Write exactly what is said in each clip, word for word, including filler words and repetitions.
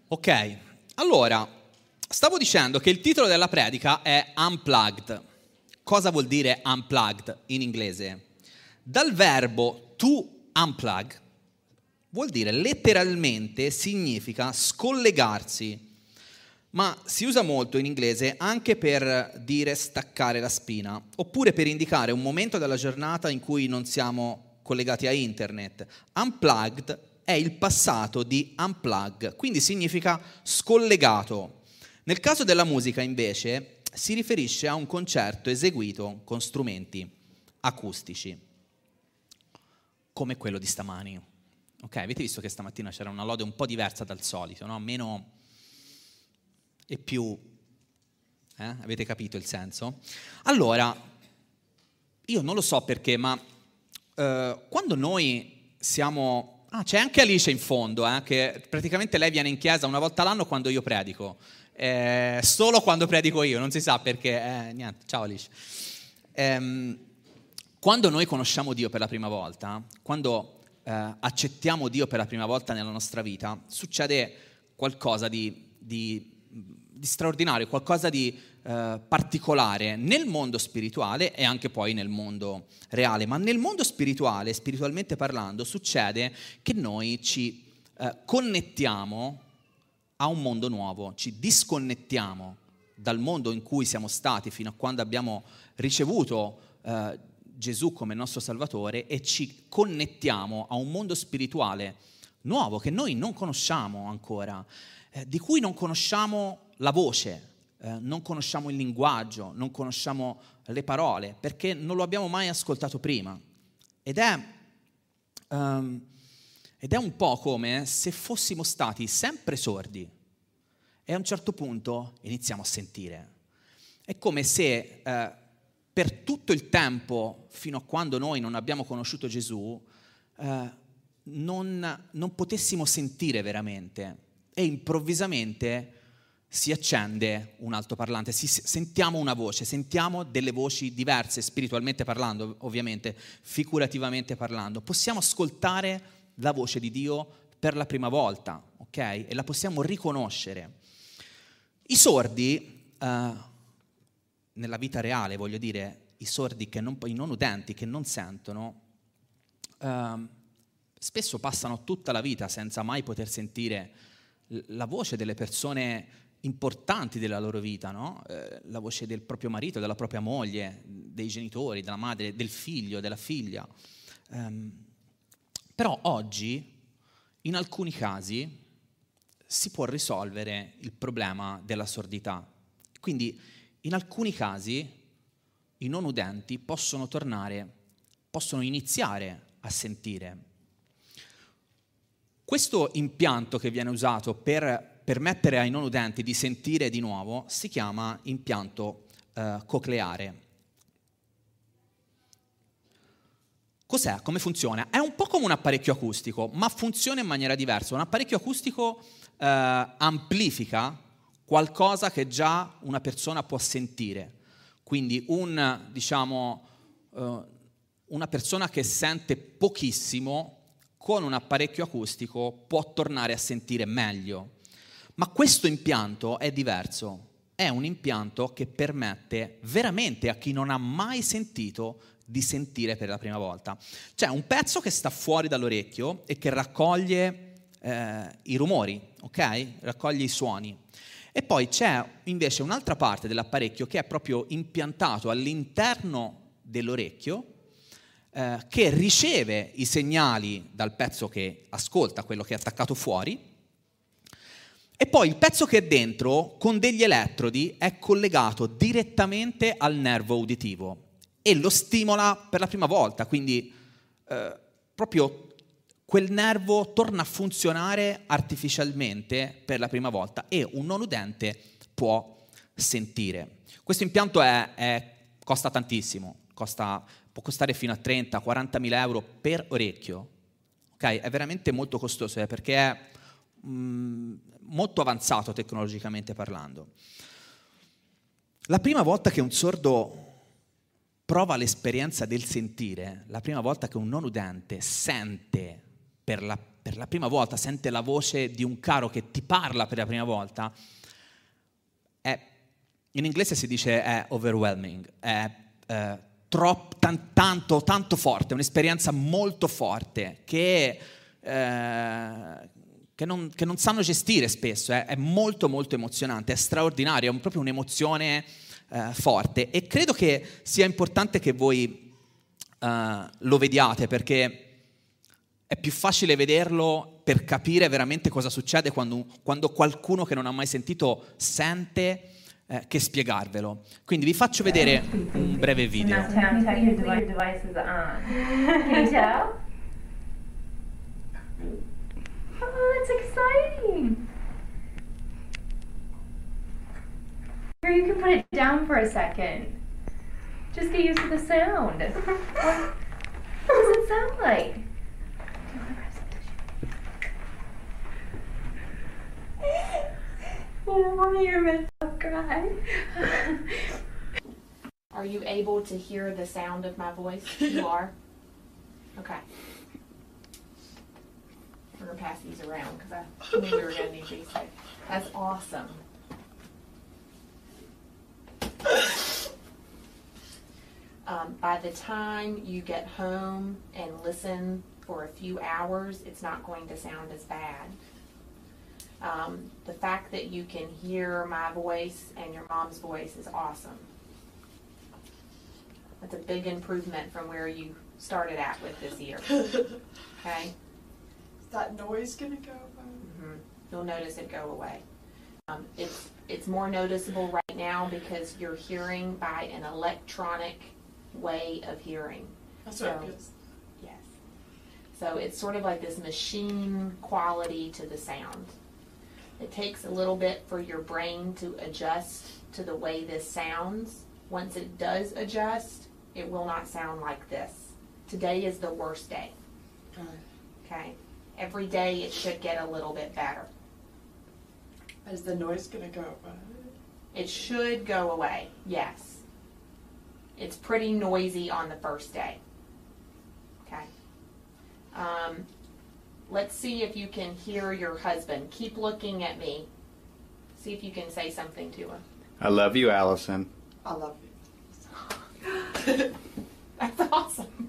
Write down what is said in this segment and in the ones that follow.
Ok, allora, stavo dicendo che il titolo della predica è Unplugged. Cosa vuol dire unplugged in inglese? Dal verbo to unplug vuol dire letteralmente, significa scollegarsi, ma si usa molto in inglese anche per dire staccare la spina, oppure per indicare un momento della giornata in cui non siamo collegati a internet. Unplugged è il passato di unplug, quindi significa scollegato. Nel caso della musica, invece, si riferisce a un concerto eseguito con strumenti acustici, come quello di stamani. Ok, avete visto che stamattina c'era una lode un po' diversa dal solito, no? Meno e più, eh? Avete capito il senso? Allora, io non lo so perché, ma eh, quando noi siamo... Ah, c'è anche Alice in fondo, eh, che praticamente lei viene in chiesa una volta l'anno quando io predico. Eh, solo quando predico io, non si sa perché. Eh, niente, ciao Alice. Ehm, quando noi conosciamo Dio per la prima volta, quando eh, accettiamo Dio per la prima volta nella nostra vita, succede qualcosa di, di, di straordinario, qualcosa di eh, particolare nel mondo spirituale e anche poi nel mondo reale. Ma nel mondo spirituale, spiritualmente parlando, succede che noi ci eh, connettiamo a un mondo nuovo, ci disconnettiamo dal mondo in cui siamo stati fino a quando abbiamo ricevuto eh, Gesù come nostro Salvatore e ci connettiamo a un mondo spirituale nuovo che noi non conosciamo ancora, eh, di cui non conosciamo la voce, eh, non conosciamo il linguaggio, non conosciamo le parole, perché non lo abbiamo mai ascoltato prima. Ed è, um, ed è un po' come se fossimo stati sempre sordi e a un certo punto iniziamo a sentire. È come se eh, per tutto il tempo, fino a quando noi non abbiamo conosciuto Gesù, eh, non, non potessimo sentire veramente e improvvisamente si accende un altoparlante, si, sentiamo una voce, sentiamo delle voci diverse, spiritualmente parlando, ovviamente, figurativamente parlando. Possiamo ascoltare la voce di Dio per la prima volta, ok? E la possiamo riconoscere. I sordi, eh, nella vita reale, voglio dire, i sordi, che non, i non udenti, che non sentono, eh, spesso passano tutta la vita senza mai poter sentire la voce delle persone importanti della loro vita, no? Eh, la voce del proprio marito, della propria moglie, dei genitori, della madre, del figlio, della figlia. Um, però oggi, in alcuni casi, si può risolvere il problema della sordità. Quindi, in alcuni casi, i non udenti possono tornare, possono iniziare a sentire. Questo impianto che viene usato per permettere ai non udenti di sentire di nuovo si chiama impianto eh, cocleare. Cos'è? Come funziona? È un po' come un apparecchio acustico, ma funziona in maniera diversa. Un apparecchio acustico eh, amplifica qualcosa che già una persona può sentire. Quindi un, diciamo, eh, una persona che sente pochissimo con un apparecchio acustico può tornare a sentire meglio. Ma questo impianto è diverso. È un impianto che permette veramente a chi non ha mai sentito di sentire per la prima volta. C'è un pezzo che sta fuori dall'orecchio e che raccoglie eh, i rumori, ok? Raccoglie i suoni. E poi c'è invece un'altra parte dell'apparecchio che è proprio impiantato all'interno dell'orecchio, eh, che riceve i segnali dal pezzo che ascolta, quello che è attaccato fuori, e poi il pezzo che è dentro, con degli elettrodi, è collegato direttamente al nervo uditivo e lo stimola per la prima volta, quindi eh, proprio quel nervo torna a funzionare artificialmente per la prima volta e un non udente può sentire. Questo impianto è, è, costa tantissimo, costa, può costare fino a trenta quaranta mila euro per orecchio. Okay? È veramente molto costoso eh, perché è mh, molto avanzato tecnologicamente parlando. La prima volta che un sordo prova l'esperienza del sentire, la prima volta che un non udente sente per la, per la prima volta, sente la voce di un caro che ti parla per la prima volta, è, in inglese si dice è overwhelming, è eh, troppo, tan, tanto, tanto forte, un'esperienza molto forte che, eh, che, non, che non sanno gestire spesso, eh. È molto molto emozionante, è straordinario, è proprio un'emozione eh, forte, e credo che sia importante che voi eh, lo vediate, perché è più facile vederlo per capire veramente cosa succede quando, quando qualcuno che non ha mai sentito sente eh, che spiegarvelo. Quindi vi faccio vedere un breve video. Now technically your device, your device is on. Can you tell? Oh, that's exciting! Here, you can put it down for a second. Just get used to the sound. What, what does it sound like? Do you want to press it? Oh, mommy, you're meant to cry. Are you able to hear the sound of my voice? You are? Okay. We're going to pass these around because I knew we were going to need these. That's awesome. Um, by the time you get home and listen for a few hours, it's not going to sound as bad. Um, the fact that you can hear my voice and your mom's voice is awesome. That's a big improvement from where you started at with this ear. Okay? Is that noise gonna go away? Mm-hmm. You'll notice it go away. Um, it's it's more noticeable right now because you're hearing by an electronic way of hearing. That's what So- it is. Yes. So it's sort of like this machine quality to the sound. It takes a little bit for your brain to adjust to the way this sounds. Once it does adjust, it will not sound like this. Today is the worst day, okay? Every day it should get a little bit better. Is the noise gonna go away? It should go away, yes. It's pretty noisy on the first day, okay? Um, let's see if you can hear your husband. Keep looking at me. See if you can say something to him. I love you, Allison. I love you. That's awesome.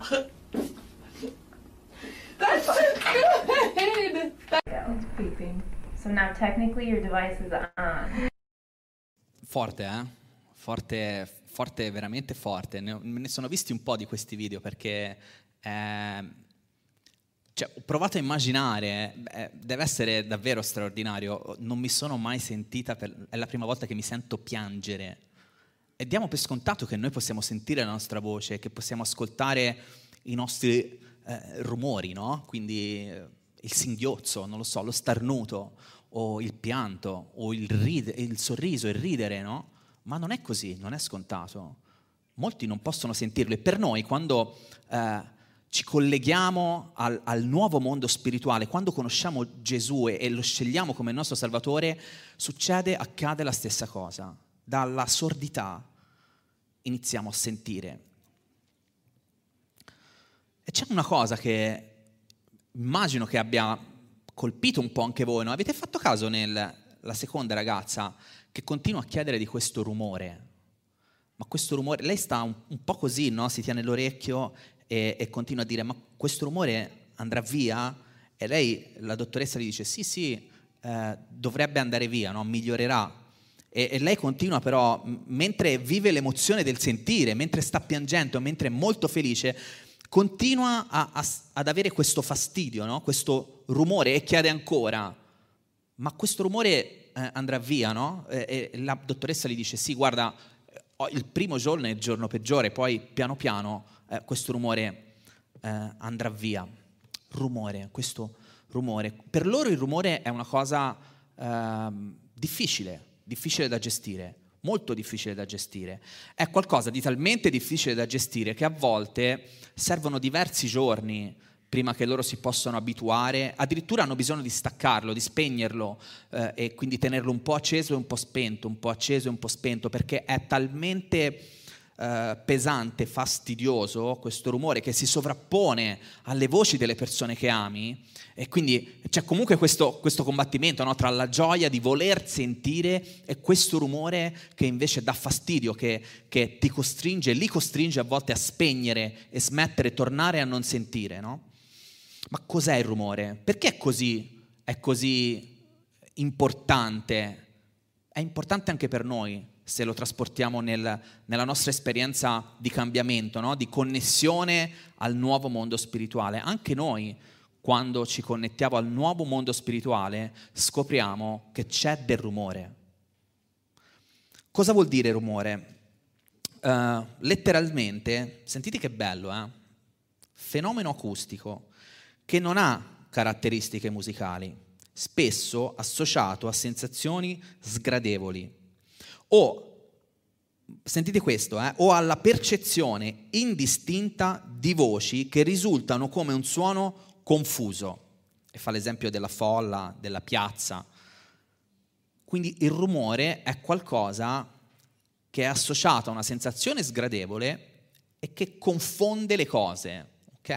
That's so good. It's beeping. So now technically your device is on. Forte, eh? Forte, forte, veramente forte. Ne, ho- me ne sono visti un po' di questi video perché eh, cioè, ho provato a immaginare, eh, deve essere davvero straordinario. Non mi sono mai sentita, per, è la prima volta che mi sento piangere. E diamo per scontato che noi possiamo sentire la nostra voce, che possiamo ascoltare i nostri eh, rumori, no? Quindi eh, il singhiozzo, non lo so, lo starnuto, o il pianto, o il, ride- il sorriso, il ridere, no? Ma non è così, non è scontato. Molti non possono sentirlo, e per noi quando eh, ci colleghiamo al, al nuovo mondo spirituale, quando conosciamo Gesù e, e lo scegliamo come nostro Salvatore, succede, accade la stessa cosa. Dalla sordità iniziamo a sentire. E c'è una cosa che immagino che abbia colpito un po' anche voi, no? Avete fatto caso nella seconda ragazza che continua a chiedere di questo rumore? Ma questo rumore, lei sta un, un po' così, no? Si tiene l'orecchio e, e continua a dire: ma questo rumore andrà via? E lei, la dottoressa, gli dice: sì, sì, eh, dovrebbe andare via, no? Migliorerà. E, e lei continua però, m- mentre vive l'emozione del sentire, mentre sta piangendo, mentre è molto felice, continua a- a s- ad avere questo fastidio, no? Questo rumore, e chiede ancora: ma questo rumore eh, andrà via, no? E, e la dottoressa gli dice: sì, guarda, eh, il primo giorno è il giorno peggiore, poi piano piano eh, questo rumore eh, andrà via. Rumore, questo rumore. Per loro il rumore è una cosa ehm, difficile, difficile da gestire, molto difficile da gestire. È qualcosa di talmente difficile da gestire che a volte servono diversi giorni prima che loro si possano abituare, addirittura hanno bisogno di staccarlo, di spegnerlo eh, e quindi tenerlo un po' acceso e un po' spento, un po' acceso e un po' spento, perché è talmente eh, pesante, fastidioso, questo rumore che si sovrappone alle voci delle persone che ami, e quindi c'è comunque questo, questo combattimento, no, tra la gioia di voler sentire e questo rumore che invece dà fastidio, che, che ti costringe, li costringe a volte a spegnere e smettere, tornare a non sentire, no? Ma cos'è il rumore? Perché è così, è così importante? È importante anche per noi, se lo trasportiamo nel, nella nostra esperienza di cambiamento, no? Di connessione al nuovo mondo spirituale. Anche noi, quando ci connettiamo al nuovo mondo spirituale, scopriamo che c'è del rumore. Cosa vuol dire rumore? Uh, letteralmente, sentite che bello, eh? Fenomeno acustico che non ha caratteristiche musicali, spesso associato a sensazioni sgradevoli o, sentite questo, eh, o alla percezione indistinta di voci che risultano come un suono confuso. E fa l'esempio della folla, della piazza. Quindi il rumore è qualcosa che è associato a una sensazione sgradevole e che confonde le cose, ok?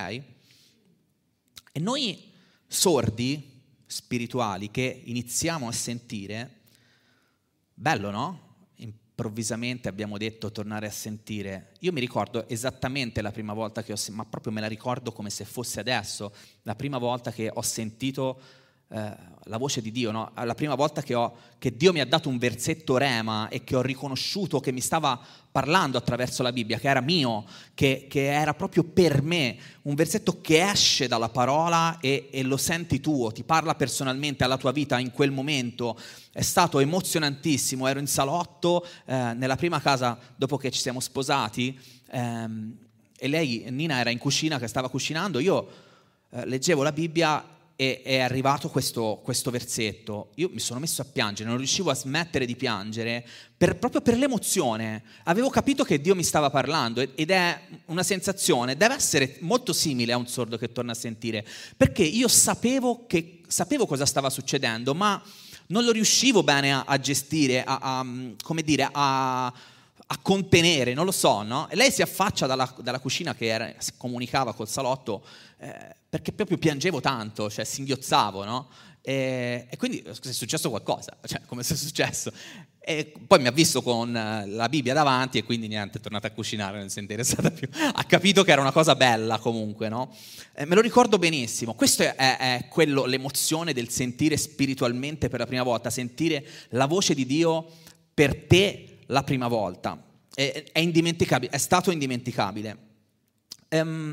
E noi sordi spirituali che iniziamo a sentire, bello, no? Improvvisamente abbiamo detto tornare a sentire. Io mi ricordo esattamente la prima volta che ho sentito, ma proprio me la ricordo come se fosse adesso, la prima volta che ho sentito eh, la voce di Dio, no? La prima volta che, ho, che Dio mi ha dato un versetto rema e che ho riconosciuto che mi stava parlando attraverso la Bibbia, che era mio, che, che era proprio per me, un versetto che esce dalla parola e, e lo senti tuo, ti parla personalmente alla tua vita in quel momento. È stato emozionantissimo, ero in salotto eh, nella prima casa dopo che ci siamo sposati ehm, e lei, Nina, era in cucina che stava cucinando, io eh, leggevo la Bibbia e è arrivato questo, questo versetto. Io mi sono messo a piangere, non riuscivo a smettere di piangere per, proprio per l'emozione. Avevo capito che Dio mi stava parlando ed è una sensazione, deve essere molto simile a un sordo che torna a sentire, perché io sapevo, che, sapevo cosa stava succedendo, ma non lo riuscivo bene a, a gestire, a, a, come dire, a, a contenere, non lo so, no? E lei si affaccia dalla, dalla cucina che era, si comunicava col salotto, eh, perché proprio piangevo tanto, cioè singhiozzavo, no? E, e quindi è successo qualcosa, cioè come se è successo. E poi mi ha visto con la Bibbia davanti e quindi niente, è tornata a cucinare, non si è interessata più. Ha capito che era una cosa bella comunque, no? E me lo ricordo benissimo. Questo è, è quello, l'emozione del sentire spiritualmente per la prima volta, sentire la voce di Dio per te la prima volta. È, è indimenticabile, è stato indimenticabile. Um,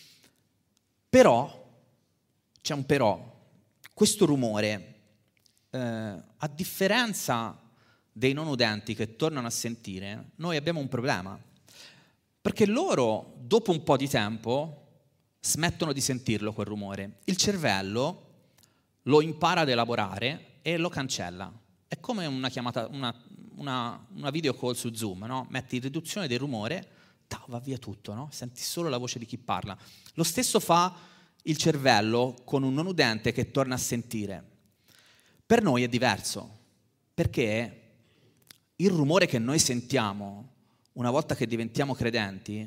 però, c'è un però, questo rumore, eh, a differenza dei non udenti che tornano a sentire, noi abbiamo un problema, perché loro dopo un po' di tempo smettono di sentirlo quel rumore. Il cervello lo impara ad elaborare e lo cancella. È come una chiamata, una, una, una video call su Zoom, no? Metti in riduzione del rumore, ta, va via tutto, no? Senti solo la voce di chi parla. Lo stesso fa il cervello con un non udente che torna a sentire. Per noi è diverso, perché il rumore che noi sentiamo una volta che diventiamo credenti,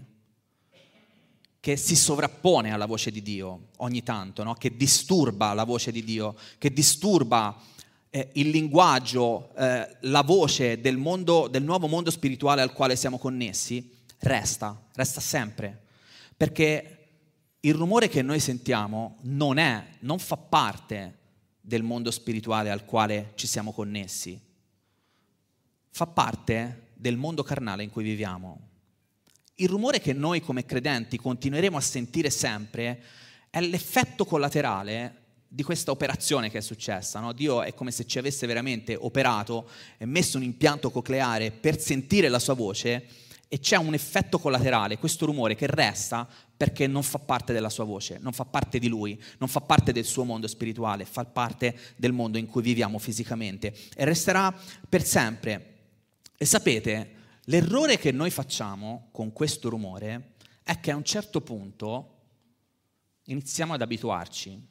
che si sovrappone alla voce di Dio ogni tanto, no? Che disturba la voce di Dio, che disturba eh, il linguaggio, eh, la voce del mondo, del nuovo mondo spirituale al quale siamo connessi, resta, resta sempre. Perché il rumore che noi sentiamo non è, non fa parte del mondo spirituale al quale ci siamo connessi. Fa parte del mondo carnale in cui viviamo. Il rumore che noi come credenti continueremo a sentire sempre è l'effetto collaterale di questa operazione che è successa, no? Dio è come se ci avesse veramente operato e messo un impianto cocleare per sentire la sua voce, e c'è un effetto collaterale, questo rumore che resta perché non fa parte della sua voce, non fa parte di lui, non fa parte del suo mondo spirituale, fa parte del mondo in cui viviamo fisicamente e resterà per sempre. E sapete, l'errore che noi facciamo con questo rumore è che a un certo punto iniziamo ad abituarci.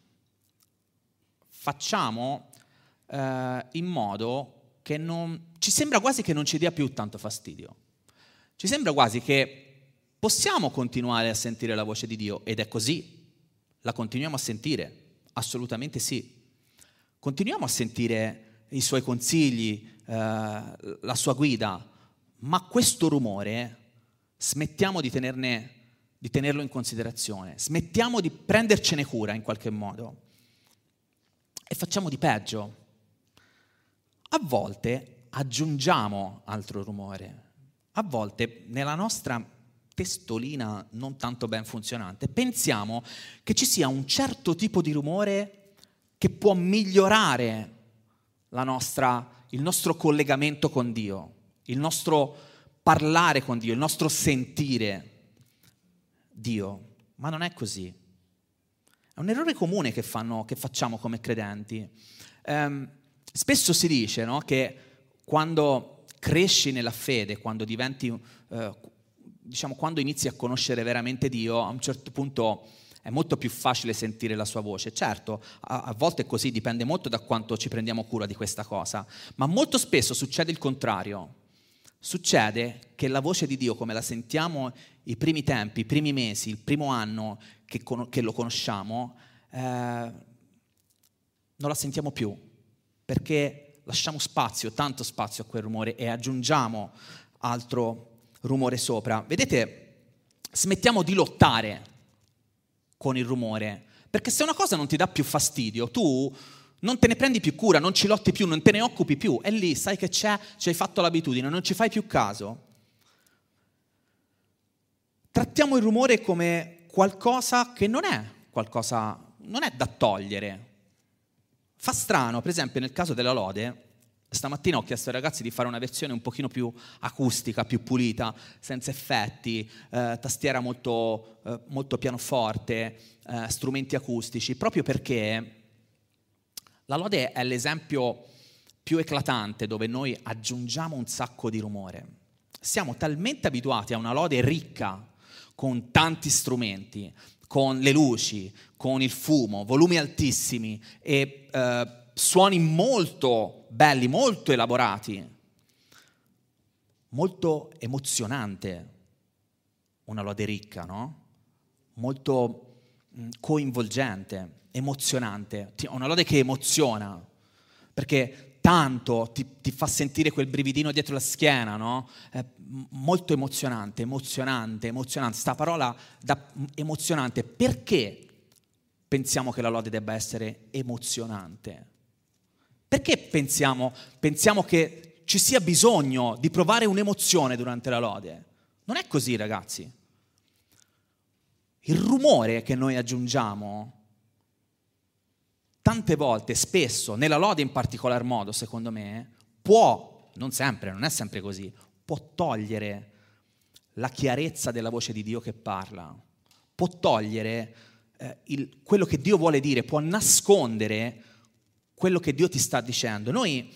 Facciamo eh, in modo che non, ci sembra quasi che non ci dia più tanto fastidio. Ci sembra quasi che possiamo continuare a sentire la voce di Dio, ed è così. La continuiamo a sentire, assolutamente sì. Continuiamo a sentire i suoi consigli, eh, la sua guida, ma questo rumore smettiamo di tenerne, di tenerlo in considerazione, smettiamo di prendercene cura in qualche modo e facciamo di peggio. A volte aggiungiamo altro rumore, a volte nella nostra testolina non tanto ben funzionante pensiamo che ci sia un certo tipo di rumore che può migliorare la nostra, il nostro collegamento con Dio, il nostro parlare con Dio, il nostro sentire Dio, ma non è così. È un errore comune che, fanno, che facciamo come credenti. Um, spesso si dice, no, che quando cresci nella fede, quando diventi, uh, diciamo, quando inizi a conoscere veramente Dio, a un certo punto è molto più facile sentire la sua voce. Certo, a, a volte è così, dipende molto da quanto ci prendiamo cura di questa cosa, ma molto spesso succede il contrario. Succede che la voce di Dio, come la sentiamo i primi tempi, i primi mesi, il primo anno che, con- che lo conosciamo, eh, non la sentiamo più, perché lasciamo spazio, tanto spazio a quel rumore e aggiungiamo altro rumore sopra. Vedete, smettiamo di lottare con il rumore, perché se una cosa non ti dà più fastidio, tu non te ne prendi più cura, non ci lotti più, non te ne occupi più, è lì, sai che c'è, ci hai fatto l'abitudine, non ci fai più caso. Trattiamo il rumore come qualcosa che non è qualcosa, non è da togliere. Fa strano, per esempio nel caso della lode, stamattina ho chiesto ai ragazzi di fare una versione un pochino più acustica, più pulita, senza effetti, eh, tastiera molto, eh, molto pianoforte, eh, strumenti acustici, proprio perché la lode è l'esempio più eclatante dove noi aggiungiamo un sacco di rumore. Siamo talmente abituati a una lode ricca, con tanti strumenti, con le luci, con il fumo, volumi altissimi e eh, suoni molto belli, molto elaborati, molto emozionante una lode ricca, no? Molto mh, coinvolgente, emozionante, una lode che emoziona, perché tanto ti, ti fa sentire quel brividino dietro la schiena, no? È molto emozionante, emozionante, emozionante. Sta parola da emozionante, perché pensiamo che la lode debba essere emozionante? Perché pensiamo, pensiamo che ci sia bisogno di provare un'emozione durante la lode? Non è così, ragazzi. Il rumore che noi aggiungiamo tante volte, spesso, nella lode in particolar modo, secondo me, può, non sempre, non è sempre così, può togliere la chiarezza della voce di Dio che parla, può togliere eh, il, quello che Dio vuole dire, può nascondere quello che Dio ti sta dicendo. Noi,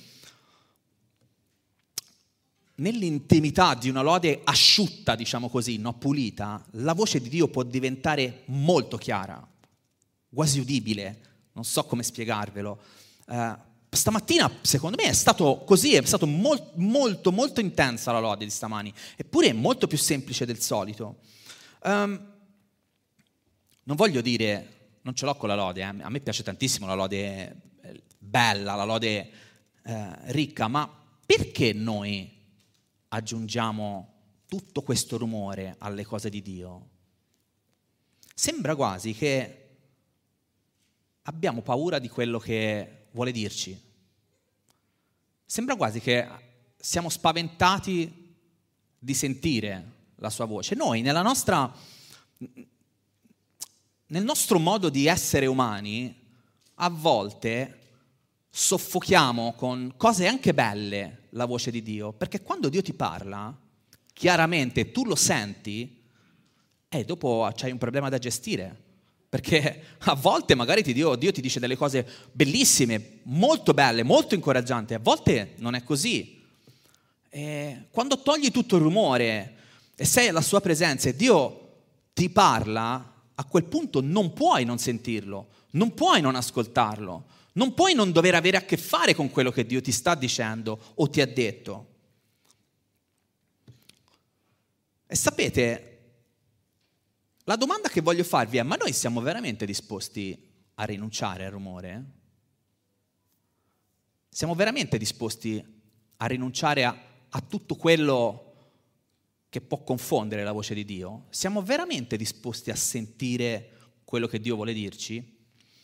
nell'intimità di una lode asciutta, diciamo così, no, pulita, la voce di Dio può diventare molto chiara, quasi udibile. Non so come spiegarvelo. Uh, stamattina, secondo me, è stato così, è stato molto, molto, molto intensa la lode di stamani, eppure è molto più semplice del solito. Um, non voglio dire, non ce l'ho con la lode, eh. A me piace tantissimo la lode bella, la lode eh, ricca, ma perché noi aggiungiamo tutto questo rumore alle cose di Dio? Sembra quasi che abbiamo paura di quello che vuole dirci. Sembra quasi che siamo spaventati di sentire la sua voce. Noi, nella nostra, nel nostro modo di essere umani, a volte soffochiamo con cose anche belle la voce di Dio, perché quando Dio ti parla, chiaramente tu lo senti e dopo c'hai un problema da gestire. Perché a volte magari ti Dio, Dio ti dice delle cose bellissime, molto belle, molto incoraggianti, a volte non è così. E quando togli tutto il rumore e sei alla sua presenza e Dio ti parla, a quel punto non puoi non sentirlo, non puoi non ascoltarlo, non puoi non dover avere a che fare con quello che Dio ti sta dicendo o ti ha detto. E sapete, la domanda che voglio farvi è: ma noi siamo veramente disposti a rinunciare al rumore? Siamo veramente disposti a rinunciare a, a tutto quello che può confondere la voce di Dio? Siamo veramente disposti a sentire quello che Dio vuole dirci?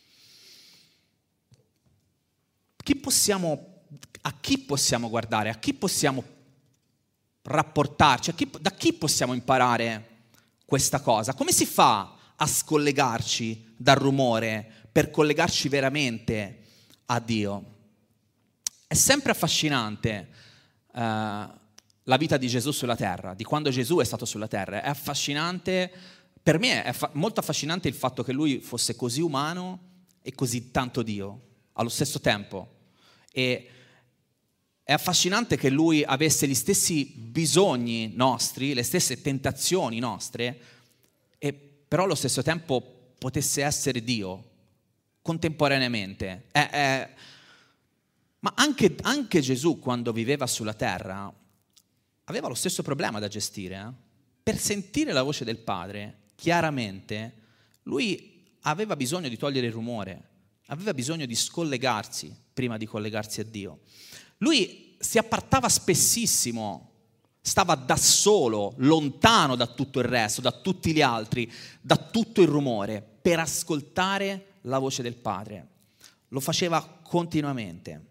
Chi possiamo, a chi possiamo guardare? A chi possiamo rapportarci? A chi, da chi possiamo imparare questa cosa? Come si fa a scollegarci dal rumore per collegarci veramente a Dio? È sempre affascinante uh, la vita di Gesù sulla terra, di quando Gesù è stato sulla terra. È affascinante, per me è fa- molto affascinante il fatto che lui fosse così umano e così tanto Dio allo stesso tempo. E è affascinante che lui avesse gli stessi bisogni nostri, le stesse tentazioni nostre, e però allo stesso tempo potesse essere Dio contemporaneamente. È, è, ma anche, anche Gesù, quando viveva sulla terra, aveva lo stesso problema da gestire. Eh? Per sentire la voce del Padre, chiaramente, lui aveva bisogno di togliere il rumore, aveva bisogno di scollegarsi prima di collegarsi a Dio. Lui si appartava spessissimo, stava da solo, lontano da tutto il resto, da tutti gli altri, da tutto il rumore, per ascoltare la voce del Padre. Lo faceva continuamente.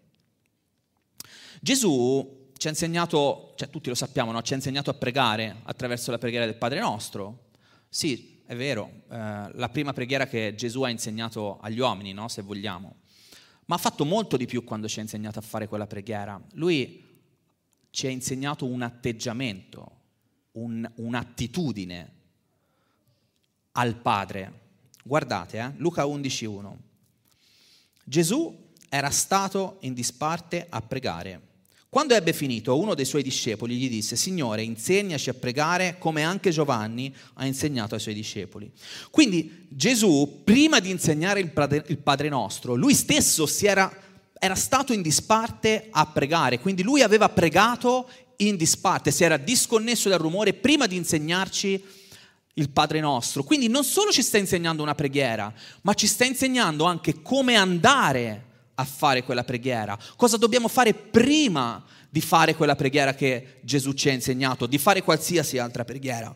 Gesù ci ha insegnato, cioè tutti lo sappiamo, no? Ci ha insegnato a pregare attraverso la preghiera del Padre Nostro. Sì, è vero, eh, la prima preghiera che Gesù ha insegnato agli uomini, no? Se vogliamo. Ma ha fatto molto di più quando ci ha insegnato a fare quella preghiera. Lui ci ha insegnato un atteggiamento, un, un'attitudine al Padre. Guardate, eh? Luca undici uno. Gesù era stato in disparte a pregare. Quando ebbe finito, uno dei suoi discepoli gli disse: Signore, insegnaci a pregare come anche Giovanni ha insegnato ai suoi discepoli. Quindi Gesù, prima di insegnare il Padre, il Padre Nostro, lui stesso si era, era stato in disparte a pregare. Quindi lui aveva pregato in disparte, si era disconnesso dal rumore prima di insegnarci il Padre Nostro. Quindi non solo ci sta insegnando una preghiera, ma ci sta insegnando anche come andare a fare quella preghiera, cosa dobbiamo fare prima di fare quella preghiera che Gesù ci ha insegnato, di fare qualsiasi altra preghiera.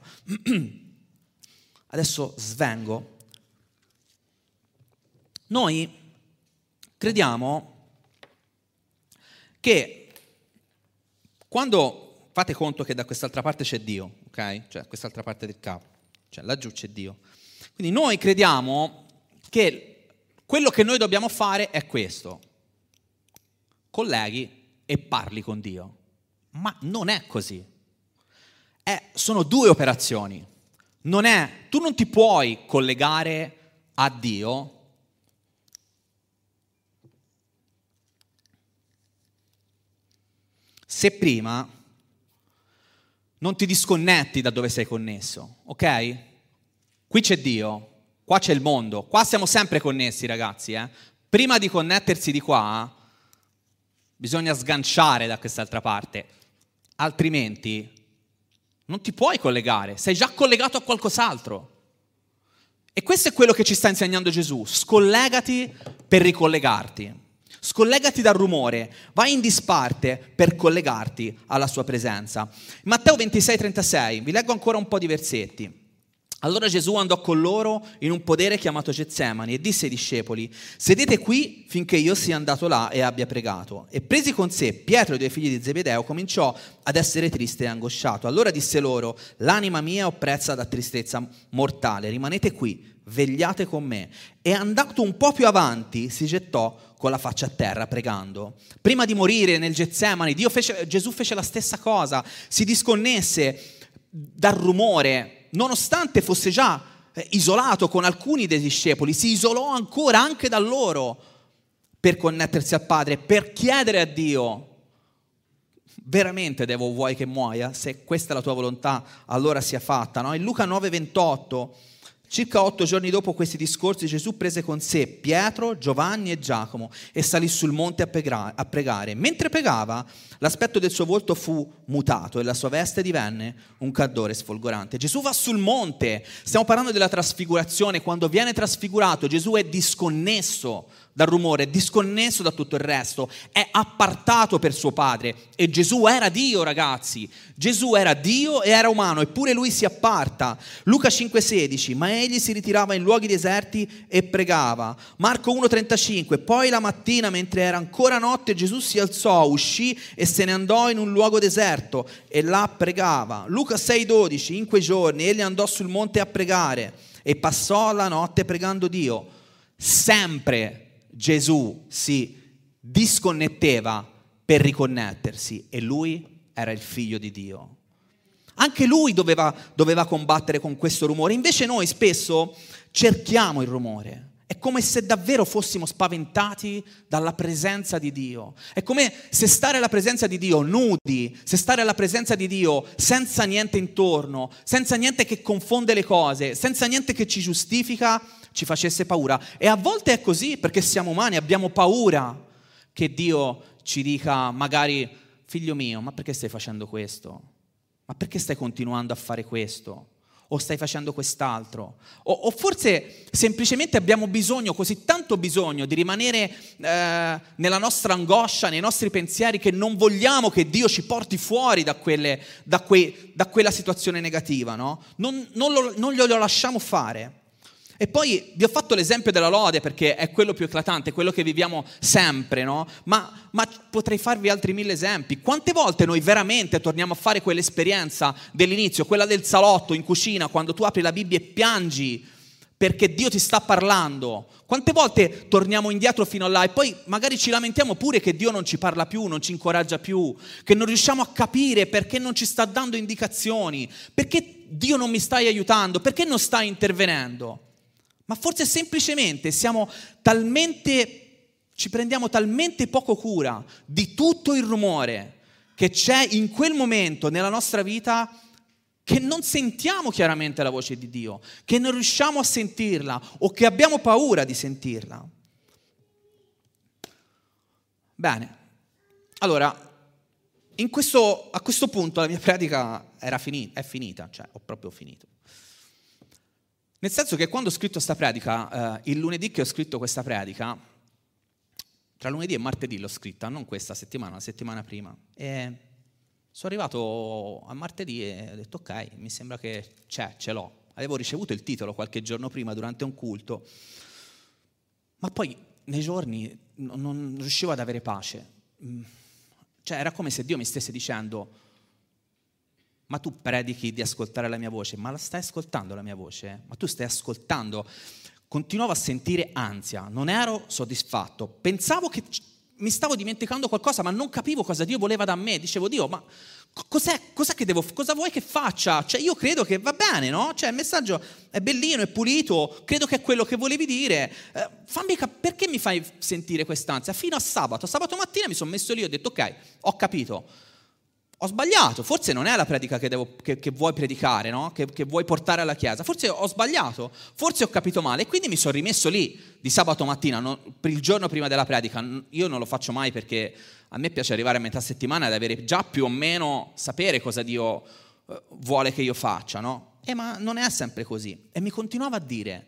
Adesso svengo. Noi crediamo che quando fate conto che da quest'altra parte c'è Dio, ok? Cioè quest'altra parte del capo, cioè laggiù c'è Dio. Quindi noi crediamo che quello che noi dobbiamo fare è questo: colleghi e parli con Dio. Ma non è così. È, sono due operazioni. Non è, tu non ti puoi collegare a Dio se prima non ti disconnetti da dove sei connesso, ok? Qui c'è Dio. Qua c'è il mondo, qua siamo sempre connessi, ragazzi. Eh? Prima di connettersi di qua, bisogna sganciare da quest'altra parte, altrimenti non ti puoi collegare, sei già collegato a qualcos'altro. E questo è quello che ci sta insegnando Gesù: scollegati per ricollegarti, scollegati dal rumore, vai in disparte per collegarti alla sua presenza. Matteo ventisei trentasei, vi leggo ancora un po' di versetti. Allora Gesù andò con loro in un podere chiamato Getsemani e disse ai discepoli: sedete qui finché io sia andato là e abbia pregato. E presi con sé Pietro e i due figli di Zebedeo, cominciò ad essere triste e angosciato. Allora disse loro: l'anima mia è oppressa da tristezza mortale, rimanete qui, vegliate con me. E andato un po' più avanti si gettò con la faccia a terra pregando. Prima di morire nel Getsemani Dio fece, Gesù fece la stessa cosa, si disconnesse dal rumore. Nonostante fosse già isolato con alcuni dei discepoli, si isolò ancora anche da loro per connettersi al Padre, per chiedere a Dio: veramente devo vuoi che muoia? Se questa è la tua volontà, allora sia fatta. No? In Luca nove ventotto Circa otto giorni dopo questi discorsi Gesù prese con sé Pietro, Giovanni e Giacomo e salì sul monte a pregare. Mentre pregava, l'aspetto del suo volto fu mutato e la sua veste divenne un candore sfolgorante. Gesù va sul monte, stiamo parlando della trasfigurazione. Quando viene trasfigurato Gesù è disconnesso dal rumore, è disconnesso da tutto il resto, è appartato per suo Padre. E Gesù era Dio, ragazzi. Gesù era Dio e era umano, eppure lui si apparta. Luca cinque sedici, ma egli si ritirava in luoghi deserti e pregava. Marco uno trentacinque, poi la mattina mentre era ancora notte Gesù si alzò, uscì e se ne andò in un luogo deserto e là pregava. Luca sei dodici, in quei giorni egli andò sul monte a pregare e passò la notte pregando Dio. Sempre Gesù si disconnetteva per riconnettersi e lui era il figlio di Dio. Anche lui doveva, doveva combattere con questo rumore. Invece noi spesso cerchiamo il rumore. È come se davvero fossimo spaventati dalla presenza di Dio. È come se stare alla presenza di Dio nudi, se stare alla presenza di Dio senza niente intorno, senza niente che confonde le cose, senza niente che ci giustifica, ci facesse paura. E a volte è così perché siamo umani, abbiamo paura che Dio ci dica magari: figlio mio, ma perché stai facendo questo? Ma perché stai continuando a fare questo? O stai facendo quest'altro? O, o forse semplicemente abbiamo bisogno, così tanto bisogno, di rimanere eh, nella nostra angoscia, nei nostri pensieri, che non vogliamo che Dio ci porti fuori da, quelle, da, quei, da quella situazione negativa, no? Non, non, lo, non glielo lasciamo fare. E poi vi ho fatto l'esempio della lode perché è quello più eclatante, quello che viviamo sempre, no? Ma, ma potrei farvi altri mille esempi. Quante volte noi veramente torniamo a fare quell'esperienza dell'inizio, quella del salotto in cucina, quando tu apri la Bibbia e piangi perché Dio ti sta parlando? Quante volte torniamo indietro fino a là e poi magari ci lamentiamo pure che Dio non ci parla più, non ci incoraggia più, che non riusciamo a capire perché non ci sta dando indicazioni, perché Dio non mi stai aiutando, perché non stai intervenendo? Ma forse semplicemente siamo talmente, ci prendiamo talmente poco cura di tutto il rumore che c'è in quel momento nella nostra vita che non sentiamo chiaramente la voce di Dio, che non riusciamo a sentirla o che abbiamo paura di sentirla. Bene, allora, in questo, a questo punto la mia predica era finita, è finita, cioè ho proprio finito. Nel senso che quando ho scritto questa predica, eh, il lunedì che ho scritto questa predica, tra lunedì e martedì l'ho scritta, non questa settimana, la settimana prima, e sono arrivato a martedì e ho detto ok, mi sembra che c'è, ce l'ho. Avevo ricevuto il titolo qualche giorno prima durante un culto, ma poi nei giorni non, non riuscivo ad avere pace. Cioè era come se Dio mi stesse dicendo: ma tu predichi di ascoltare la mia voce, ma la stai ascoltando la mia voce? Ma tu stai ascoltando? Continuavo a sentire ansia, non ero soddisfatto, pensavo che mi stavo dimenticando qualcosa, ma non capivo cosa Dio voleva da me. Dicevo: Dio, ma cos'è, cos'è che devo, cosa vuoi che faccia? Cioè io credo che va bene, no? Cioè il messaggio è bellino, è pulito, credo che è quello che volevi dire. Eh, fammi cap- perché mi fai sentire quest'ansia? Fino a sabato, sabato mattina mi sono messo lì e ho detto ok, ho capito. Ho sbagliato, forse non è la predica che, devo, che, che vuoi predicare, no? che, che vuoi portare alla chiesa, forse ho sbagliato, forse ho capito male, e quindi mi sono rimesso lì di sabato mattina, no? Il giorno prima della predica. Io non lo faccio mai perché a me piace arrivare a metà settimana ed avere già più o meno, sapere cosa Dio vuole che io faccia, no? Eh, ma non è sempre così. E mi continuava a dire: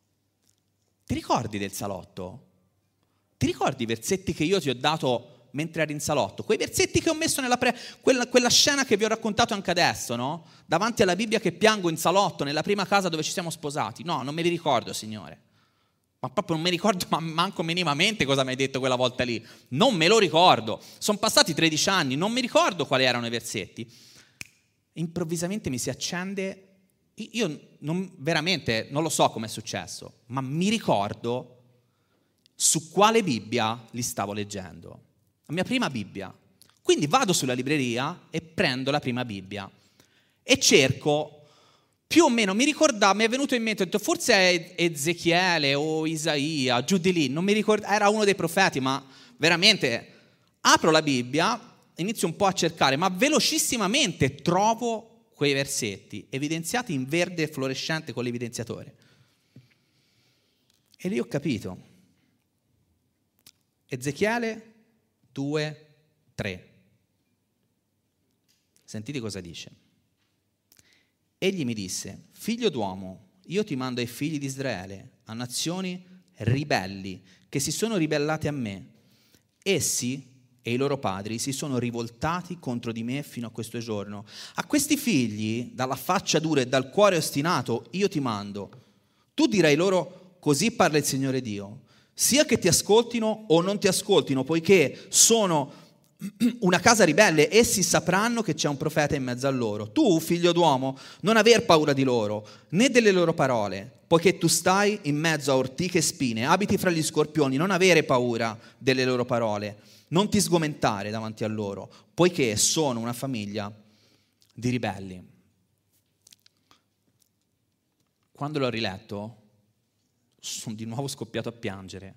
ti ricordi del salotto? Ti ricordi i versetti che io ti ho dato mentre eri in salotto? Quei versetti che ho messo nella pre... quella, quella scena che vi ho raccontato anche adesso, no? Davanti alla Bibbia che piango in salotto, nella prima casa dove ci siamo sposati. No, non me li ricordo, Signore. Ma proprio non mi ricordo ma manco minimamente cosa mi hai detto quella volta lì. Non me lo ricordo. Sono passati tredici anni, non mi ricordo quali erano i versetti. Improvvisamente mi si accende... Io non, veramente non lo so come è successo, ma mi ricordo su quale Bibbia li stavo leggendo. La mia prima Bibbia. Quindi vado sulla libreria e prendo la prima Bibbia e cerco, più o meno mi ricordavo, mi è venuto in mente, ho detto, forse è Ezechiele o Isaia, giù di lì, non mi ricordo, era uno dei profeti, ma veramente apro la Bibbia, inizio un po' a cercare, ma velocissimamente trovo quei versetti evidenziati in verde fluorescente con l'evidenziatore. E lì ho capito. Ezechiele due, tre. Sentite cosa dice. Egli mi disse: figlio d'uomo, io ti mando ai figli di Israele, a nazioni ribelli, che si sono ribellate a me. Essi e i loro padri si sono rivoltati contro di me fino a questo giorno. A questi figli, dalla faccia dura e dal cuore ostinato, io ti mando. Tu dirai loro: così parla il Signore Dio, sia che ti ascoltino o non ti ascoltino, poiché sono una casa ribelle, essi sapranno che c'è un profeta in mezzo a loro. Tu, figlio d'uomo, non aver paura di loro, né delle loro parole, poiché tu stai in mezzo a ortiche e spine, abiti fra gli scorpioni, non avere paura delle loro parole, non ti sgomentare davanti a loro, poiché sono una famiglia di ribelli. Quando l'ho riletto, sono di nuovo scoppiato a piangere.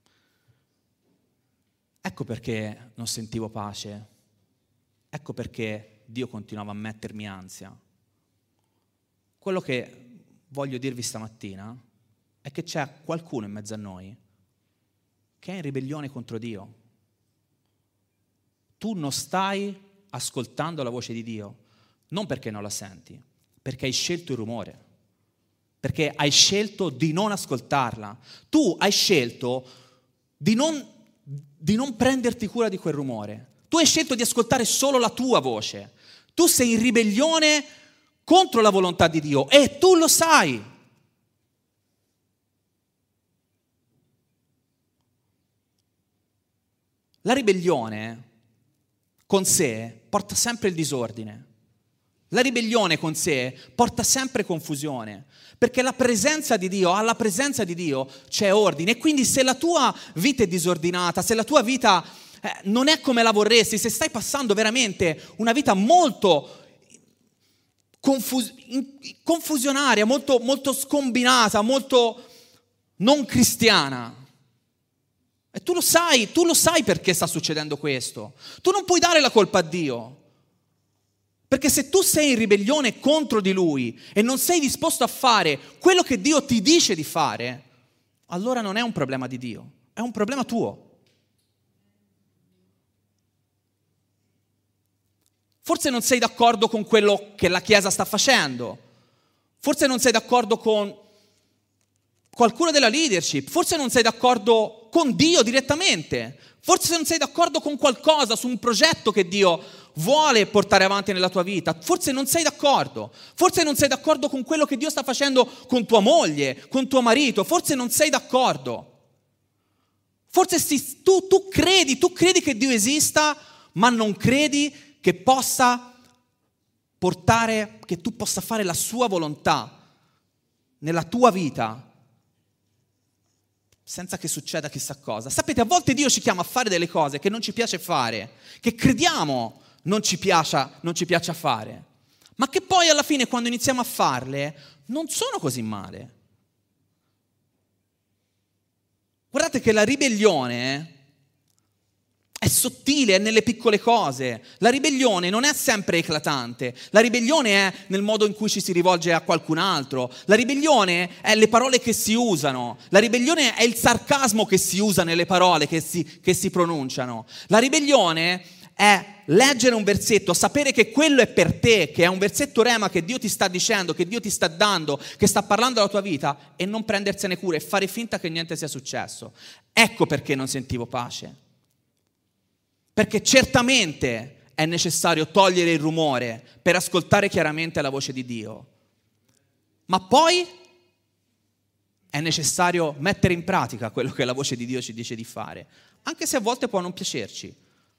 Ecco perché non sentivo pace. Ecco perché Dio continuava a mettermi ansia. Quello che voglio dirvi stamattina è che c'è qualcuno in mezzo a noi che è in ribellione contro Dio. Tu non stai ascoltando la voce di Dio, non perché non la senti, perché hai scelto il rumore, perché hai scelto di non ascoltarla. Tu hai scelto di non di non prenderti cura di quel rumore. Tu hai scelto di ascoltare solo la tua voce. Tu sei in ribellione contro la volontà di Dio e tu lo sai. La ribellione con sé porta sempre il disordine. La ribellione con sé porta sempre confusione, perché la presenza di Dio, alla presenza di Dio c'è ordine, e quindi se la tua vita è disordinata, se la tua vita eh, non è come la vorresti, se stai passando veramente una vita molto confus- confusionaria, molto, molto scombinata, molto non cristiana, e tu lo sai, tu lo sai perché sta succedendo questo, tu non puoi dare la colpa a Dio. Perché se tu sei in ribellione contro di Lui e non sei disposto a fare quello che Dio ti dice di fare, allora non è un problema di Dio, è un problema tuo. Forse non sei d'accordo con quello che la Chiesa sta facendo, forse non sei d'accordo con qualcuno della leadership, forse non sei d'accordo con Dio direttamente, forse non sei d'accordo con qualcosa, su un progetto che Dio vuole portare avanti nella tua vita, forse non sei d'accordo, forse non sei d'accordo con quello che Dio sta facendo con tua moglie, con tuo marito, forse non sei d'accordo, forse si, tu, tu credi, tu credi che Dio esista, ma non credi che possa portare, che tu possa fare la sua volontà nella tua vita senza che succeda chissà cosa. Sapete, a volte Dio ci chiama a fare delle cose che non ci piace fare, che crediamo non ci piaccia, non ci piaccia fare, ma che poi alla fine, quando iniziamo a farle, non sono così male. Guardate che la ribellione è sottile, è nelle piccole cose. La ribellione non è sempre eclatante. La ribellione è nel modo in cui ci si rivolge a qualcun altro. La ribellione è le parole che si usano. La ribellione è il sarcasmo che si usa nelle parole che si, che si pronunciano. La ribellione è leggere un versetto, sapere che quello è per te, che è un versetto rema che Dio ti sta dicendo, che Dio ti sta dando, che sta parlando della tua vita, e non prendersene cura e fare finta che niente sia successo. Ecco perché non sentivo pace. Perché certamente è necessario togliere il rumore per ascoltare chiaramente la voce di Dio. Ma poi è necessario mettere in pratica quello che la voce di Dio ci dice di fare, anche se a volte può non piacerci.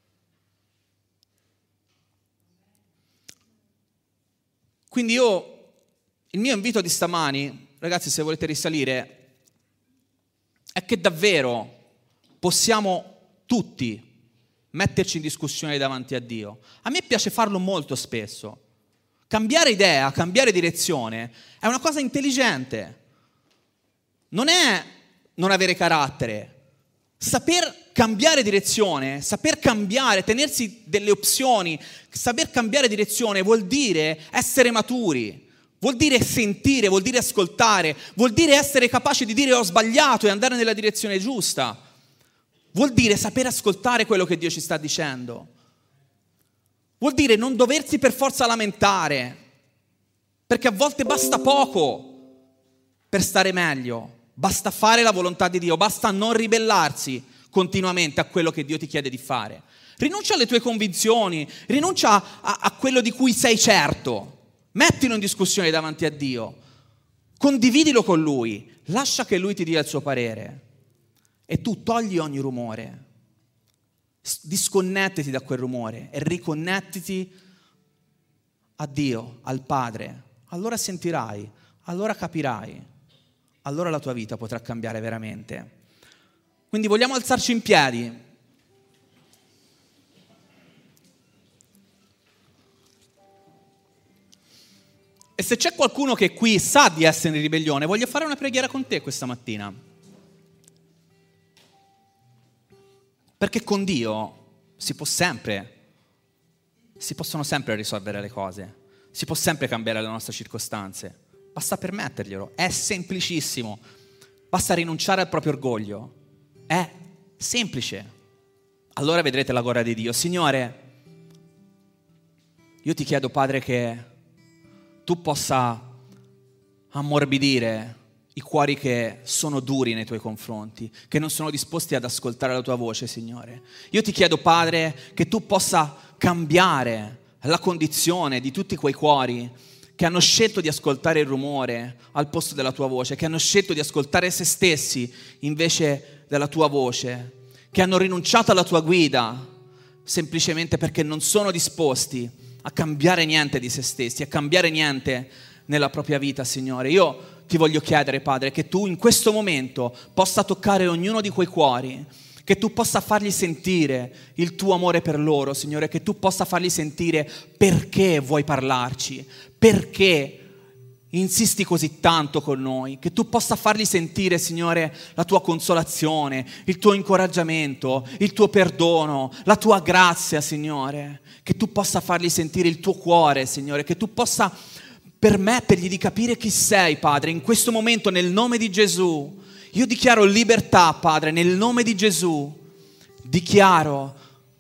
Quindi io, il mio invito di stamani, ragazzi, se volete risalire, è che davvero possiamo tutti metterci in discussione davanti a Dio. A me piace farlo molto spesso. Cambiare idea, cambiare direzione è una cosa intelligente. Non è non avere carattere. Saper cambiare direzione, saper cambiare, tenersi delle opzioni, saper cambiare direzione vuol dire essere maturi, vuol dire sentire, vuol dire ascoltare, vuol dire essere capaci di dire ho sbagliato e andare nella direzione giusta. Vuol dire saper ascoltare quello che Dio ci sta dicendo. Vuol dire non doversi per forza lamentare, perché a volte basta poco per stare meglio. Basta fare la volontà di Dio, basta non ribellarsi continuamente a quello che Dio ti chiede di fare. Rinuncia alle tue convinzioni, rinuncia a, a quello di cui sei certo. Mettilo in discussione davanti a Dio, condividilo con Lui, lascia che Lui ti dia il suo parere e tu togli ogni rumore, disconnettiti da quel rumore e riconnettiti a Dio, al Padre. Allora sentirai, allora capirai, allora la tua vita potrà cambiare veramente. Quindi vogliamo alzarci in piedi. E se c'è qualcuno che qui sa di essere in ribellione, voglio fare una preghiera con te questa mattina. Perché con Dio si può sempre, si possono sempre risolvere le cose, si può sempre cambiare le nostre circostanze. Basta permetterglielo, è semplicissimo. Basta rinunciare al proprio orgoglio. È semplice. Allora vedrete la gloria di Dio. Signore, io ti chiedo, Padre, che tu possa ammorbidire i cuori che sono duri nei tuoi confronti, che non sono disposti ad ascoltare la tua voce, Signore. Io ti chiedo, Padre, che tu possa cambiare la condizione di tutti quei cuori che hanno scelto di ascoltare il rumore al posto della tua voce, che hanno scelto di ascoltare se stessi invece della tua voce, che hanno rinunciato alla tua guida semplicemente perché non sono disposti a cambiare niente di se stessi, a cambiare niente nella propria vita, Signore. Io ti voglio chiedere, Padre, che tu in questo momento possa toccare ognuno di quei cuori, che tu possa fargli sentire il tuo amore per loro, Signore, che tu possa fargli sentire perché vuoi parlarci, perché insisti così tanto con noi, che tu possa fargli sentire, Signore, la tua consolazione, il tuo incoraggiamento, il tuo perdono, la tua grazia, Signore, che tu possa fargli sentire il tuo cuore, Signore, che tu possa permettergli di capire chi sei, Padre, in questo momento nel nome di Gesù. Io dichiaro libertà, Padre, nel nome di Gesù. Dichiaro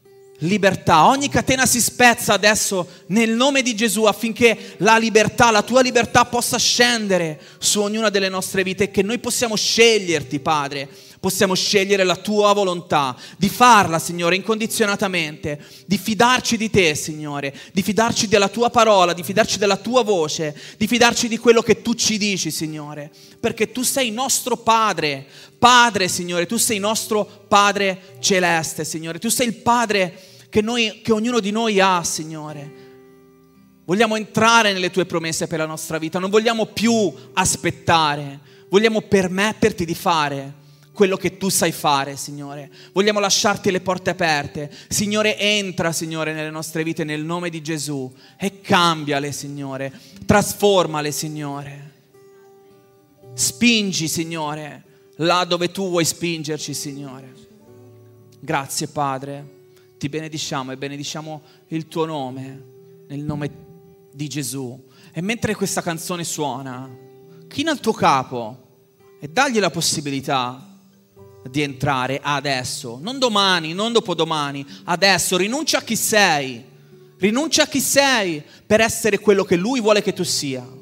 libertà. Ogni catena si spezza adesso nel nome di Gesù affinché la libertà, la tua libertà possa scendere su ognuna delle nostre vite e che noi possiamo sceglierti, Padre. Possiamo scegliere la tua volontà, di farla, Signore, incondizionatamente, di fidarci di te, Signore, di fidarci della tua parola, di fidarci della tua voce, di fidarci di quello che tu ci dici, Signore, perché tu sei nostro Padre, Padre, Signore, tu sei nostro Padre celeste, Signore, tu sei il Padre che, noi, che ognuno di noi ha, Signore. Vogliamo entrare nelle tue promesse per la nostra vita, non vogliamo più aspettare, vogliamo permetterti di fare quello che tu sai fare, Signore. Vogliamo lasciarti le porte aperte. Signore, entra, Signore, nelle nostre vite nel nome di Gesù e cambiale, Signore. Trasformale, Signore. Spingi, Signore, là dove tu vuoi spingerci, Signore. Grazie, Padre. Ti benediciamo e benediciamo il tuo nome, nel nome di Gesù. E mentre questa canzone suona, china il tuo capo e dagli la possibilità di entrare adesso, non domani, non dopodomani, adesso. Rinuncia a chi sei, rinuncia a chi sei per essere quello che Lui vuole che tu sia.